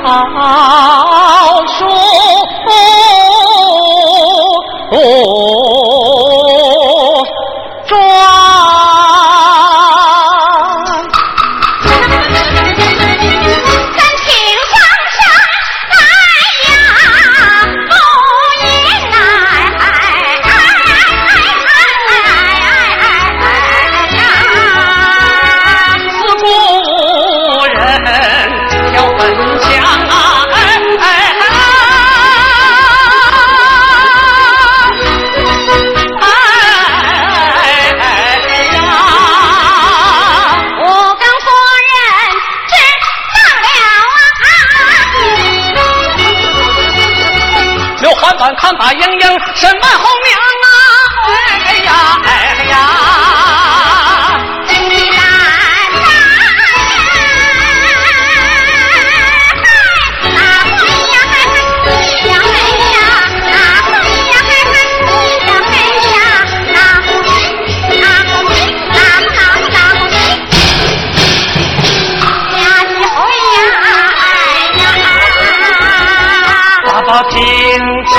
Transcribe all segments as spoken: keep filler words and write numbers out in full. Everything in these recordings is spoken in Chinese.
书。庄， 咱听声声哎呀，不言来， 自古人要分强啊。看把盈盈身满红娘啊，哎呀哎呀， 金兰呐，那回呀嗨嗨，咿呀嘿呀，那回呀嗨嗨，咿呀嘿呀，那回那回那那那回，呀几回呀，哎呀， 爸爸听见。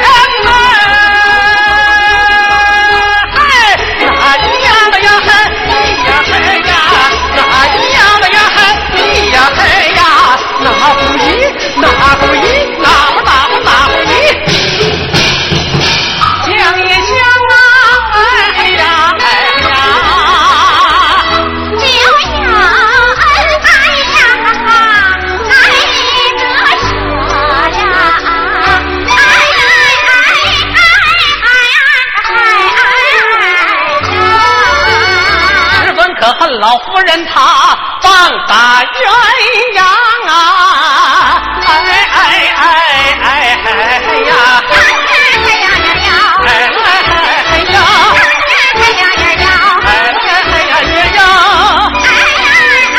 老夫人她棒打鸳鸯啊，哎哎哎哎哎呀，哎哎呀呀呀，哎哎哎呀，哎哎呀呀呀，哎哎呀呀呀，哎哎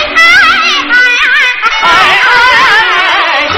哎呀。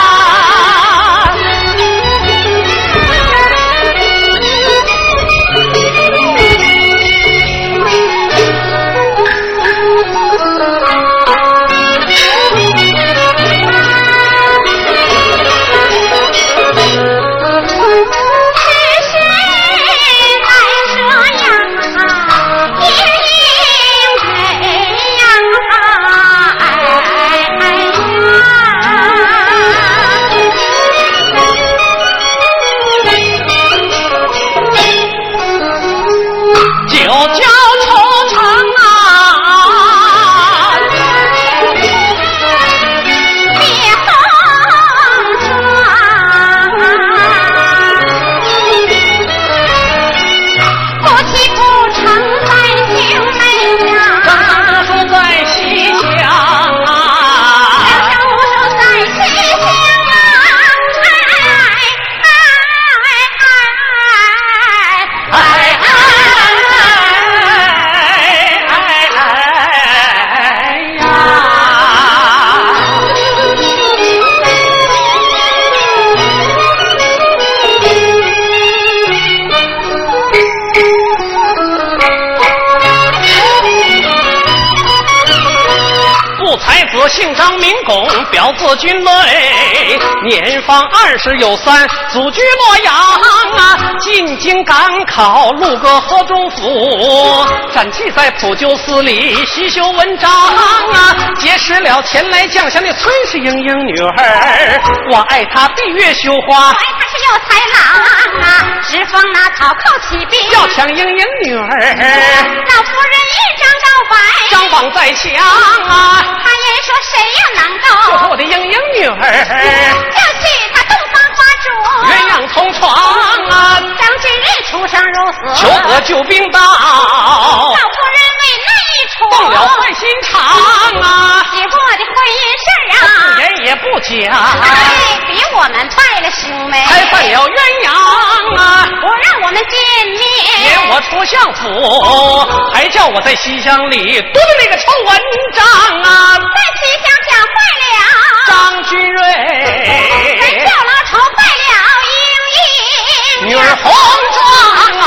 姓张名拱，表字军类，年方二十有三，祖居洛阳啊。进京赶考，入阁河中府，暂记在普救司里习修文章啊。结识了前来将相的崔氏英英女儿，我爱她闭月羞花， 我爱她是有才郎啊，直奉那草寇起兵， 要抢英英女儿。 老夫人一张告白， 张榜在墙啊。 他言说谁呀能够， 就是我的英英女儿， 就替她洞房花烛， 鸳鸯同床啊。 张今日出生入死， 求得救兵到， 老夫人为那一出动了坏心肠啊。 结果的婚姻事啊， 言也不讲， 哎，比我们败了兄妹， 还犯了鸳鸯啊。 不让我们见面， 撵我出相府，还叫我在西厢里读的那个臭文章啊。 在西厢讲坏了张君瑞， 在叫老丑败了英英女儿红妆啊。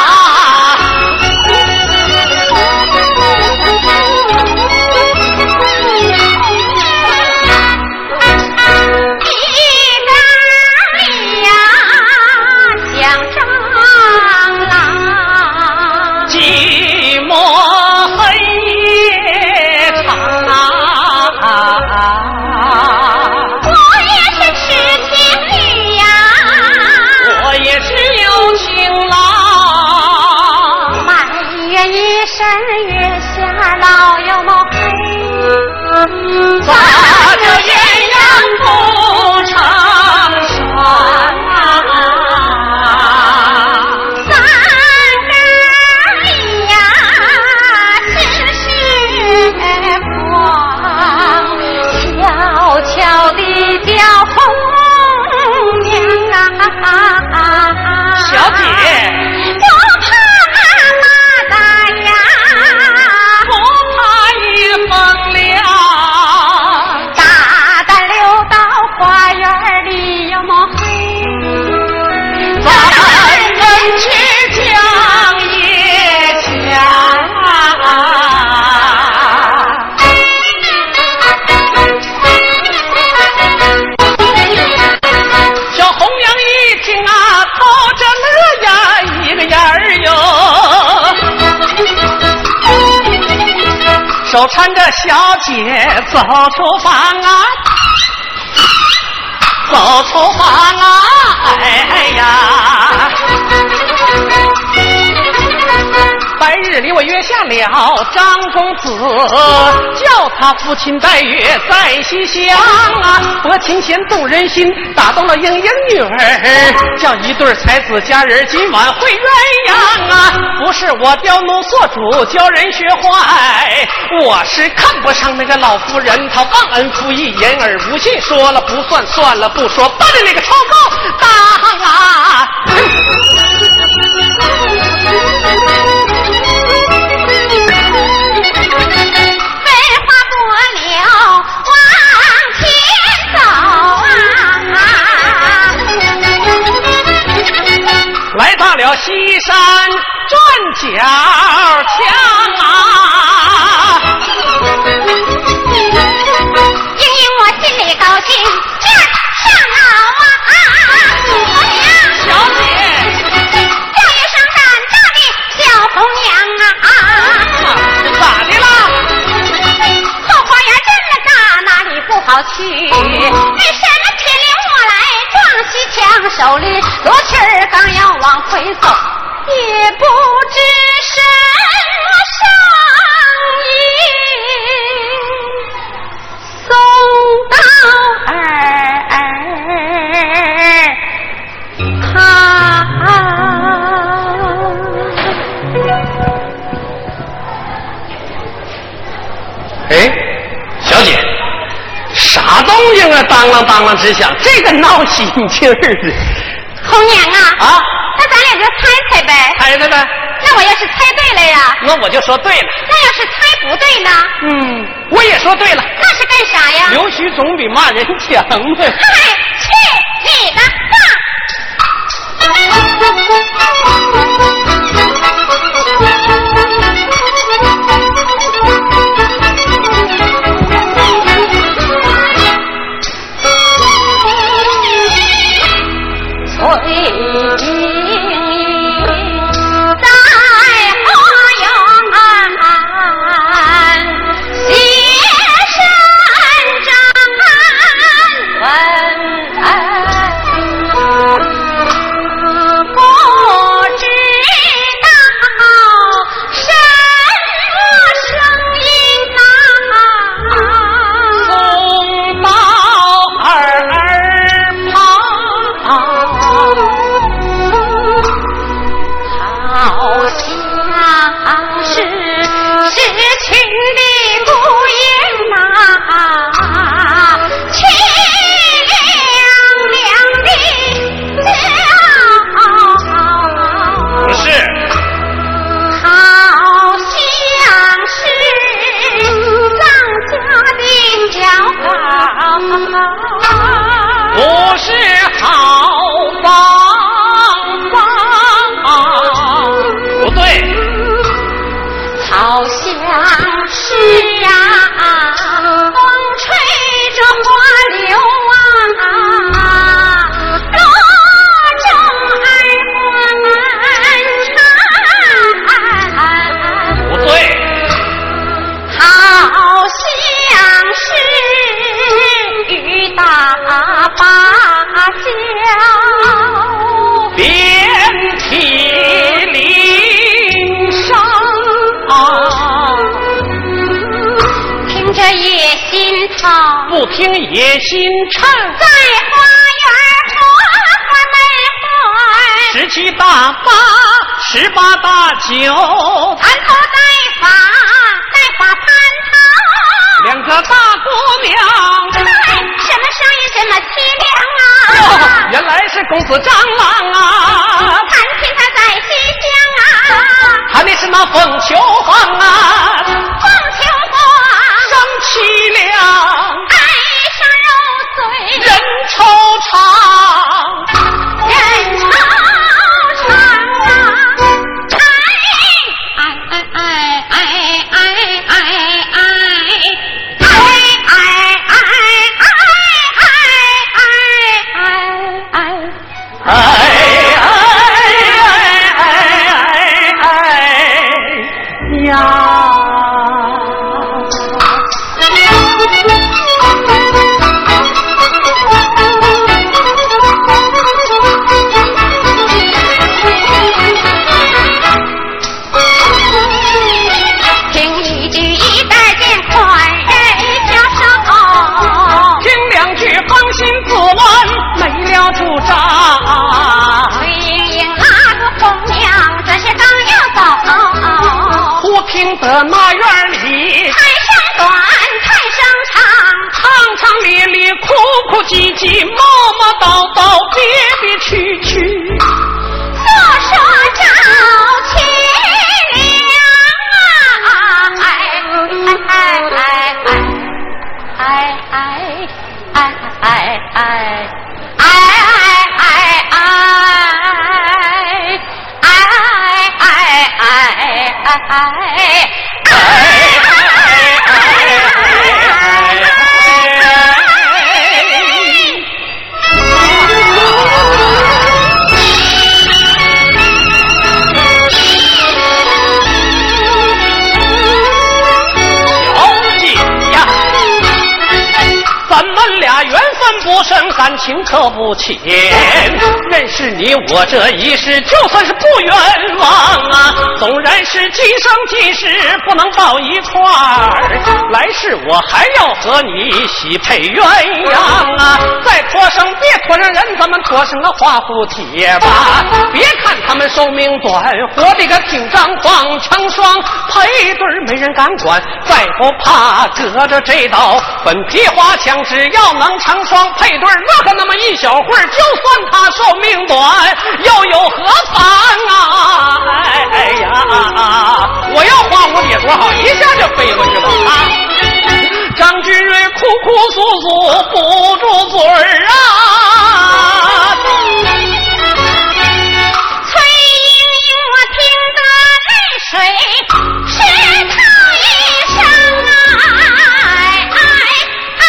手搀着小姐走出房啊，走出房啊，哎呀！白日里我约下了张公子，叫他父亲带月在西厢啊，拨琴弦动人心，打动了莺莺女儿，叫一对才子佳人今晚会鸳鸯啊！不是我刁奴所主，教人学坏，我是看不上那个老夫人，她忘恩负义，言而无信，说了不算，算了不说，把你那个臭狗当啊！来到了西山转角墙啊， 英英我心里高兴，这上脑啊！我娘， 小姐， 教育上山大的小红娘啊！ 咋的啦？ 后花园这么大，哪里不好去？为什么偏领我来撞西墙？手里罗裙儿刚要往回走，也不知什么声音送到耳旁。 哎，小姐，啥动静啊？当啷当啷直响，这个闹心劲儿的。 红娘啊， 啊， 那咱俩就猜猜呗。 猜猜呗。 那我要是猜对了呀， 那我就说对了。 那要是猜不对呢？ 嗯，我也说对了。 那是干啥呀？ 溜须总比骂人强呗。 嗨，去你的不是好方法，不对， 好像是啊，风吹着花流啊，罗中耳环不对， 好像是雨打芭蕉， 遍体鳞伤啊！ 听着野心草， 不听野心唱， 在花园花花梅花， 十七大八，十八大九， 盘头戴发，戴发蟠桃， 两个大姑娘。 嗨，什么声音这么凄凉啊？ 原来是公子张郎啊！ 弹琴他在西厢啊， 弹的是那凤求凰啊， 凤求凰生凄凉， 爱上揉嘴， 人惆怅， 人惆怅啊！哎哎哎哎哎哎哎哎哎哎哎哎哎哎哎哎哎哎哎呀！ 急，磨磨叨叨，别别曲曲。 所说赵齐良啊，哎哎哎哎哎哎哎哎哎哎哎哎哎哎哎。 不生感情可不浅，认识你我这一世就算是不冤枉啊！纵然是今生今世不能抱一块儿，来世我还要和你喜配鸳鸯啊！再托生别托上人，咱们托生个花蝴蝶吧！别看他们寿命短，活的个挺张狂，成双配对没人敢管，再不怕隔着这道粉皮花墙，只要能成双配对，乐个那么一小会儿，就算他寿命短，又有何妨啊？哎呀，我要花蝴蝶多好，一下就飞过去了啊！张君瑞哭哭诉诉不住嘴儿啊！ 崔莺莺，我听得泪水湿透衣裳啊！哎哎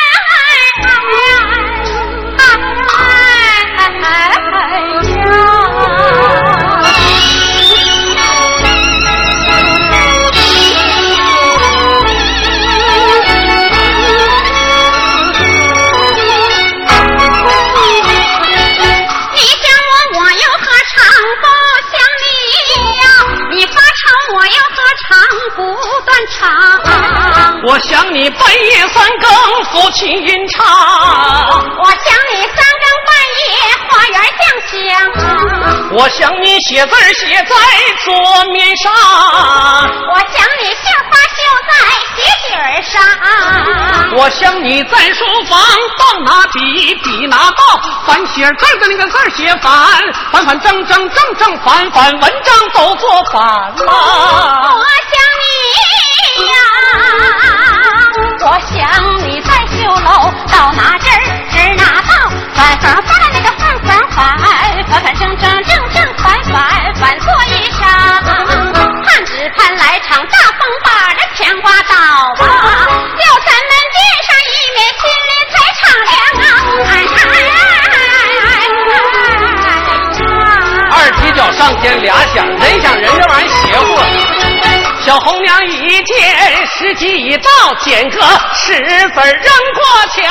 我想你半夜三更抚琴吟唱， 我想你三更半夜花园酱香， 我想你写字写在桌面上， 我想你绣花绣在鞋底儿上， 我想你在书房倒拿笔笔拿刀，反写字的那个字写反，反反正正正正反反，文章都做反了。 我想你呀，我想你在绣楼到哪针儿针拿刀，反反反那个反反反，反反正正正正反反反做衣裳，盼只盼来场大风把这牵挂到啊，六三门殿上一面心里才敞亮啊！哎哎哎二踢脚上天俩响，人想人这玩意儿邪乎。小红娘一见时机已到，捡个石子扔过墙。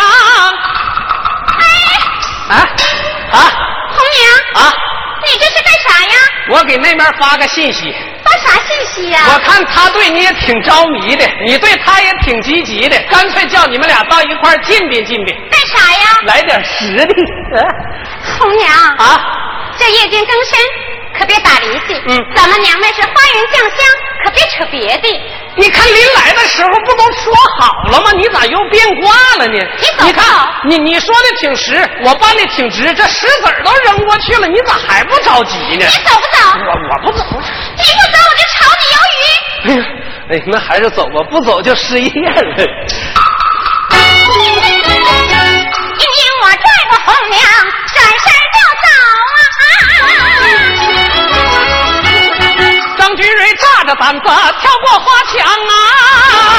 哎，啊啊， 红娘啊， 你这是干啥呀？ 我给那边发个信息。 发啥信息呀？ 我看他对你也挺着迷的，你对他也挺积极的，干脆叫你们俩到一块儿进别进别。 干啥呀？ 来点实力。啊、 红娘啊， 这夜间更深，可别打离戏。 嗯， 咱们娘们是花园酱香，可别扯别的。 你看临来的时候不都说好了吗？你咋又变卦了呢？ 你走不走？ 你看你你说的挺实，我搬的挺直，这石子儿都扔过去了，你咋还不着急呢？ 你走不走？ 我我不走。 你不走我就炒你鱿鱼。 哎呀，哎，那还是走吧，不走就失业了。 英英，我拽个红娘，转身就走啊！ 张君瑞炸着胆子跳过花墙啊！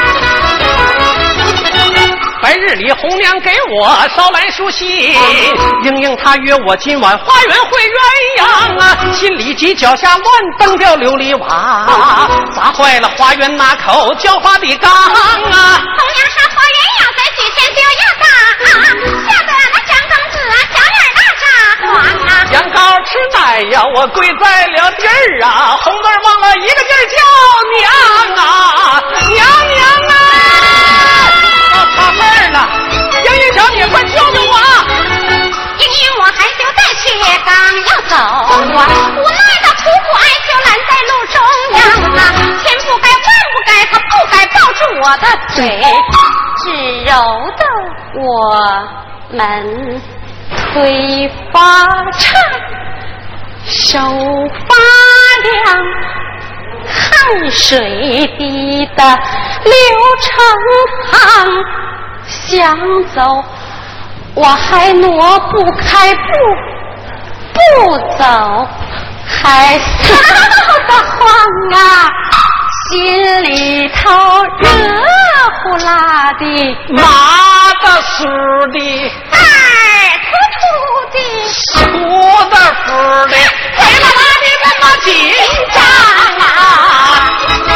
白日里红娘给我捎来书信，英英她约我今晚花园会鸳鸯啊，心里急脚下乱蹬掉琉璃瓦，砸坏了花园那口浇花的缸啊！红娘说花园要在几天就要大，吓得那张公子啊小脸大炸黄啊！ 羊羔吃奶呀，我跪在了地儿啊，红字忘了一个劲儿叫娘啊，娘娘啊！擦背儿了，英英小姐，快救救我！ 英英，我害羞在却刚要走啊，无奈的苦苦哀求拦在路中央啊，千不该万不该，他不该抱住我的腿，只揉得我门嘴发颤，手发凉，汗水滴得流成行，想走我还挪不开步，不走还臊得慌啊，心里头热乎辣的， 麻的酥的， 哎，突突的， 粗的乎的， 回了妈的这么紧张啊！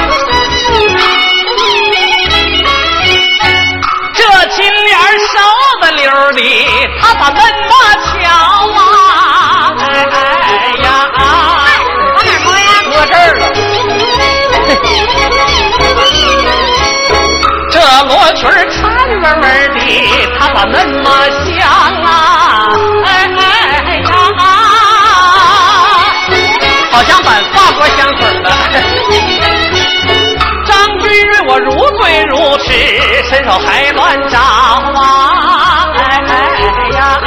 这金莲烧的溜的，他把门马敲啊！哎哎呀！ 往哪摸呀？ 搁这儿了。这罗裙颤巍巍的，他把门马响啊！哎哎呀！好像把法国香水的。张君瑞我如醉如痴，伸手还乱找啊！哎哎呀！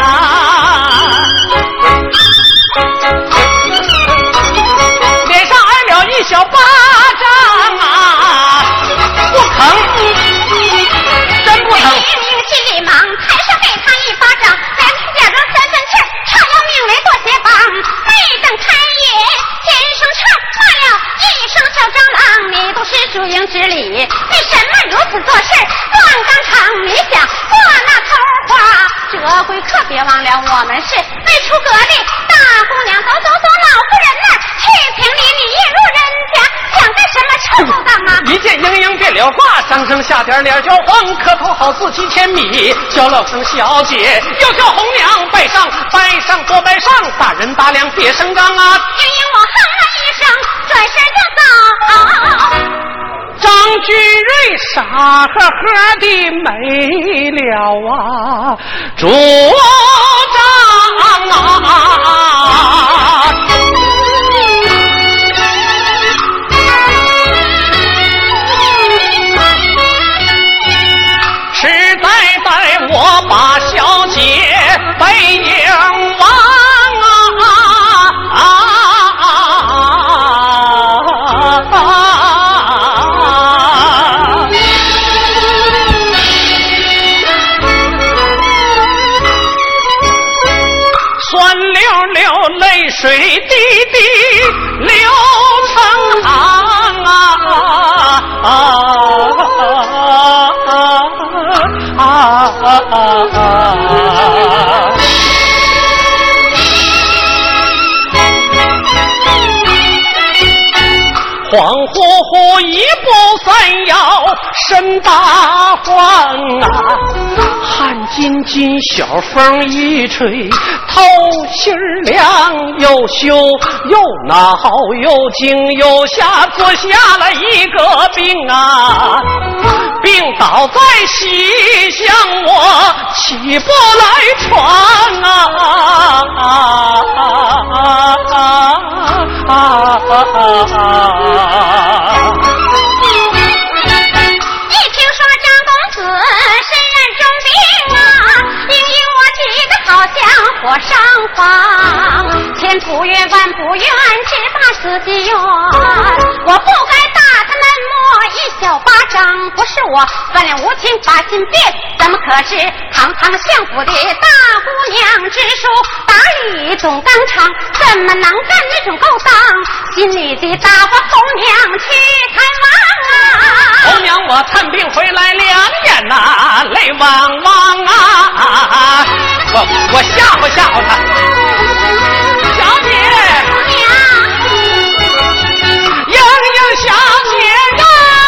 脸上挨了一小巴掌啊！不疼，真不疼。 心里忙，抬手给他一巴掌，两天假装三分气儿，差要命来做鞋帮。没等开业，先生唱骂了一声小蟑螂，你都是输赢之理，为什么如此做事乱纲常？你想做那头花，这回可别忘了我们是未出阁的大姑娘，走走走，老夫人那儿去评理，你一入人家，想干什么臭当啊？ 一见莺莺变了话，上声下点脸叫黄，磕头好似几千米，叫了声小姐，又叫红娘拜上，拜上多拜上，大人大量别声张啊！ 莺莺我哼了一声，转身就走。 张君瑞傻呵呵的没了啊，主张啊！实在在我把小姐背影忘啊！酸溜溜泪水滴滴流成行啊！啊啊啊啊啊！恍惚惚一步三摇身大晃啊，汗津津小风一吹，透心凉，又羞又恼又惊又吓，做下了一个病啊，病倒在西厢我起不来床啊啊啊啊啊啊！ 一听说张公子身染重病啊，莺莺我急得好像火上房，千不愿万不愿，只怕死计愿。我不该打他们摸一小巴掌，不是我翻脸无情把心变，怎么可是堂堂相府的大姑娘之书，打理总纲常，怎么能干那种勾当？心里的大发红娘去探望啊！ 红娘我探病回来两眼呐、啊，泪汪汪啊！我我吓唬吓唬他，小姐， 姑娘， 莺莺小姐啊！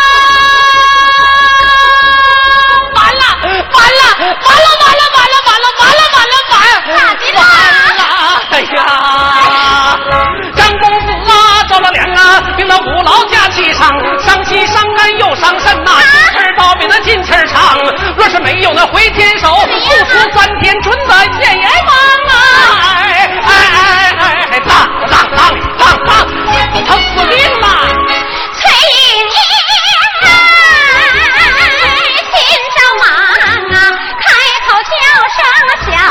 完了完了完了完了完了完了完了完了完了咋的了？ 完了！哎呀，张公子啊，着了凉啊，病到五老家气上，伤心伤肝又伤肾呐、啊，气儿到比那劲气儿长，若是没有那回天手，不出三天准的见阎王啊！哎哎哎哎哎，当当当当当，他死定了！ 崔莺莺啊，心着忙啊，开口叫声小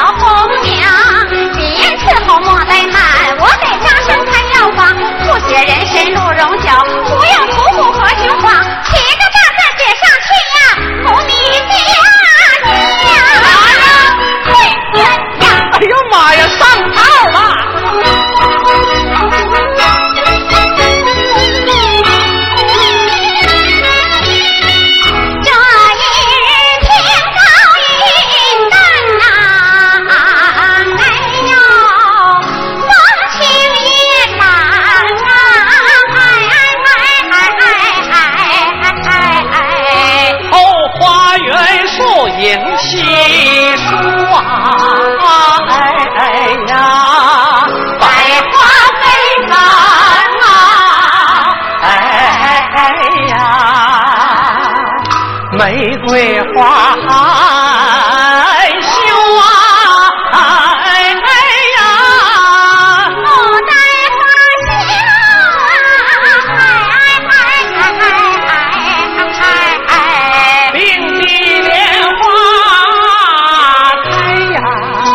玫瑰花害羞啊，哎哎呀， 牡丹花香啊， 并蒂莲花开呀，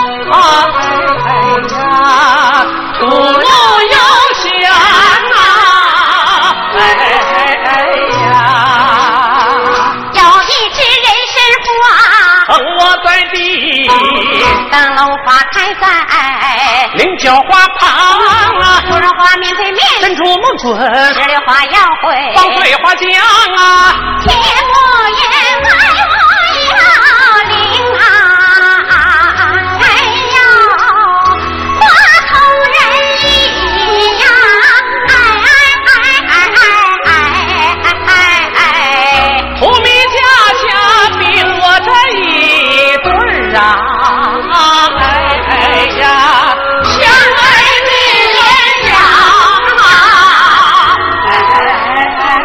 哎呀，土木又香啊，哎呀， 有一只人参花， 等我在地， 灯笼花开在菱角花旁啊， 芙蓉花面对面， 珍珠梦准， 石榴花摇会， 放桂花江啊， 天母檐外我摇铃啊，哎呦，花同人意呀，哎哎哎哎哎哎哎， 土米家家并我这一对儿啊，哎哎呀，相爱的鸳鸯啊，哎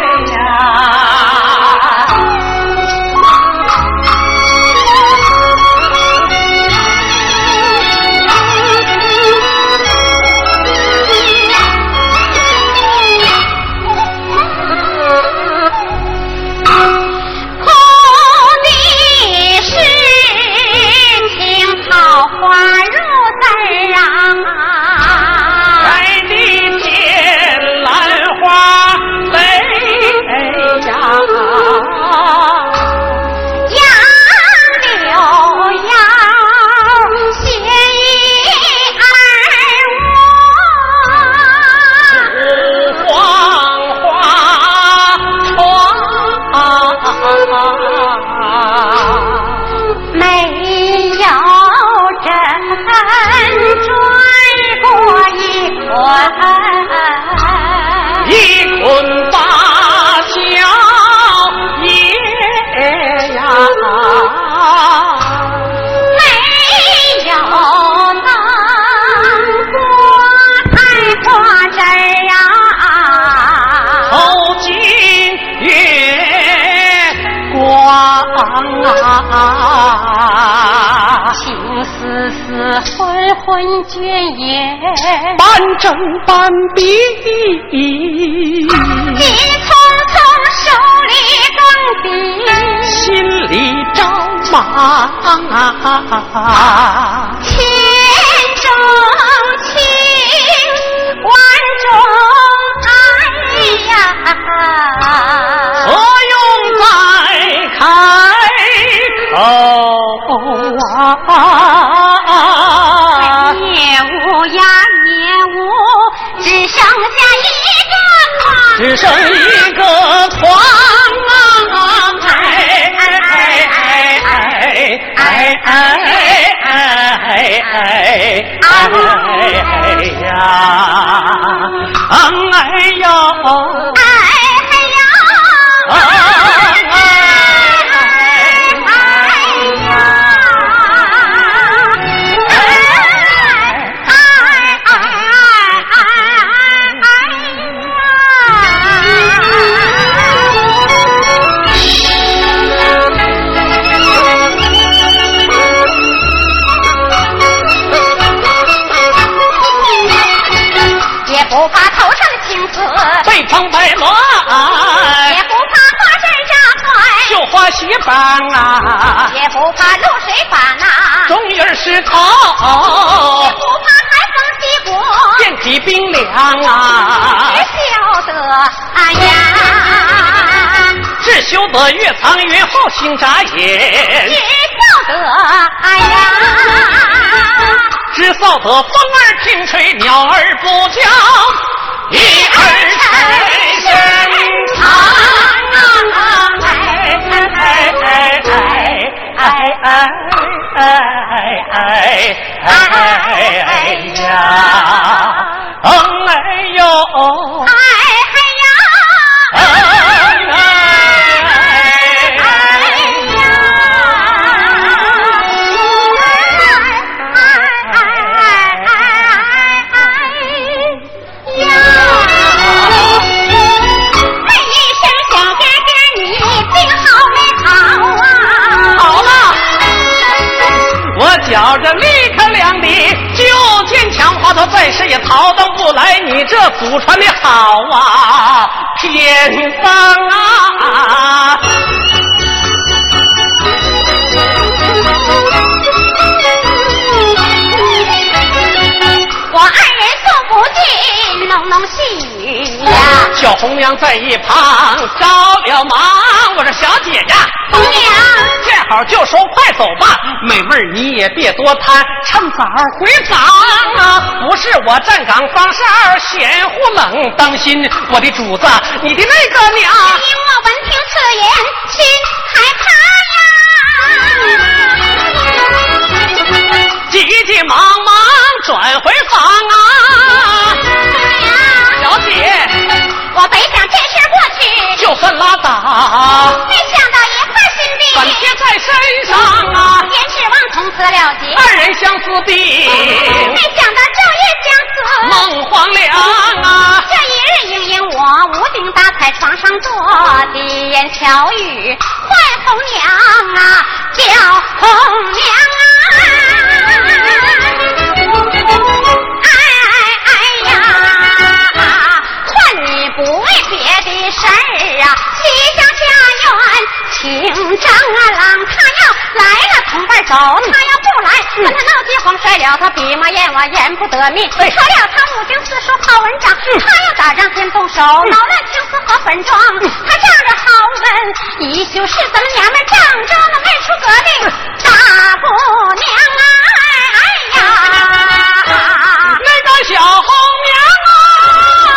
呀。 空的是青桃花如丝啊， 在地天兰花飞呀， 杨柳腰，斜倚耳黄花窗， 没有针追过一捆， 一捆芭蕉叶呀， 没有能过开花枝儿啊， 透金月光啊， 情丝丝昏昏倦眼， 半真半比， 你匆匆手里钢笔， 心里着忙啊， 千种情，万种爱呀， 何用再开口啊？ 业务呀业务，只剩下一个框， 只剩一个框啊！哎哎哎哎哎哎哎哎哎呀！哎呦！ 哎呀！也不怕头上青丝背旁白乱， 也不怕花针扎坏， 绣花鞋帮啊， 也不怕露水板呐， 中儿石头， 也不怕台风西过， 遍体冰凉啊， 只晓得哎呀， 只晓得越藏越好心眨眼， 只晓得哎呀， 只晓得风儿轻吹，鸟儿不叫，一儿吹声长啊！哎哎哎哎哎哎哎哎哎呀！嗯哎呦！ 哎嘿呀！ 哎问一声小哥哥，你病好没好？ 他他在世也逃登不来，你这祖传的好啊，偏方啊！ 我二人诉不尽浓浓细语呀， 小红娘在一旁着了忙，我说小姐呀， 红娘见好就收，快走吧，妹妹儿你也别多贪，趁早回房啊！不是我站岗放哨，闲乎冷，当心我的主子，你的那个娘。 你我闻听此言，心害怕呀， 急急忙忙转回房啊！小姐， 我本想这事过去， 就算拉倒， 没想到一块心病反贴在身上啊！ 原指望从此了结， 二人相思病， 没想到昼夜相思梦黄粱啊！ 这一日应应我无精打采床上坐，低言巧语唤红娘啊，叫红娘啊！哎哎呀，唤你不为别的事儿啊，西厢家园请张啊郎，他要来了同伴走，他要不来，跟他闹饥荒摔了他笔墨言我言不得命，说了他五经四书好文章，他要打仗先动手，恼乱青丝和粉妆，他仗着好文一宿是咱们娘们仗着那没出格的大姑娘啊！哎呀， 那个小红娘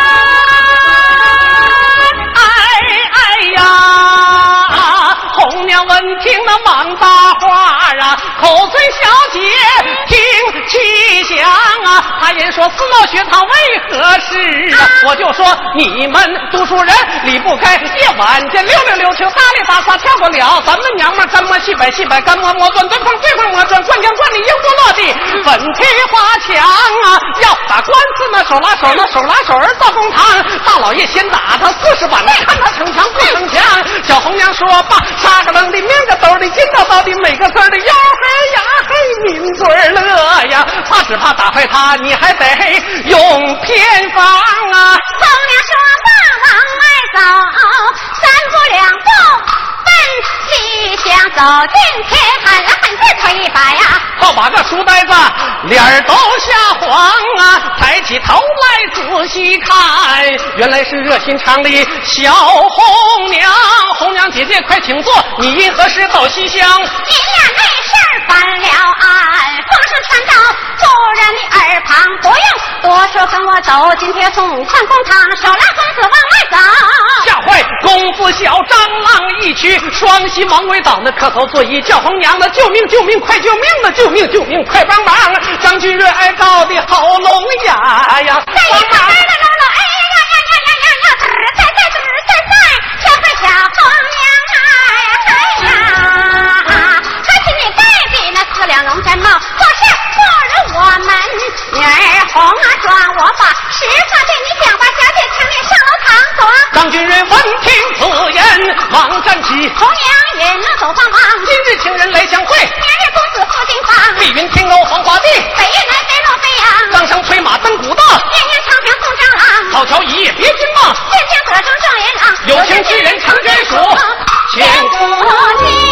啊，哎哎呀，红娘闻听那满大话啊，口随小姐听气响啊，他人说私闹学堂为何事啊？我就说你们读书人离不开夜晚间溜溜溜球搭里搭撒跳不了，咱们娘们干摸西北西北干摸摸转蹲碰对碰摸转灌江灌里英不落地粉贴花墙啊！要打官司呢手拉手呢手拉手儿到公堂，大老爷先打他四十板，看他逞强不逞强。小红娘说罢，沙个愣的面个兜里金刀刀的每个字的吆嘿呀嘿抿嘴乐呀，怕只怕打坏他，你还得用偏方啊！ 红娘说话往外走，三步两步奔西厢，走进前喊了喊字头一把呀， 好把这书呆子脸儿都吓黄啊！抬起头来仔细看，原来是热心肠的小红娘。红娘姐姐快请坐，你因何事到西厢？ 你俩那事儿翻了案，风声传到夫人的耳旁，不用多说，跟我走进铁送上公堂，手拉公子往外走。 吓坏公子小张郎一曲，双膝忙跪倒，那磕头作揖，叫红娘的救命救命快救命的救命救命快帮忙！张君瑞哀告的喉咙哑呀， 再一看来了喽喽，哎呀呀呀呀呀呀呀，嘚儿再再嘚儿再再，这回小红娘啊，哎呀，他心里戴的那四两龙毡帽，可是不如我们女儿红啊装，我把实话对你讲吧，小姐，请你上楼堂走啊。 张君瑞闻听此言，忙站起， 红娘引了走帮忙， 今日情人来相会， 明日公子赴京房， 碧云天高黄花地， 北雁南飞落飞扬， 张生催马登古道， 年年长平送蟑螂， 好桥一夜别君梦， 渐渐得中状元郎， 有情之人成眷属，千千古情。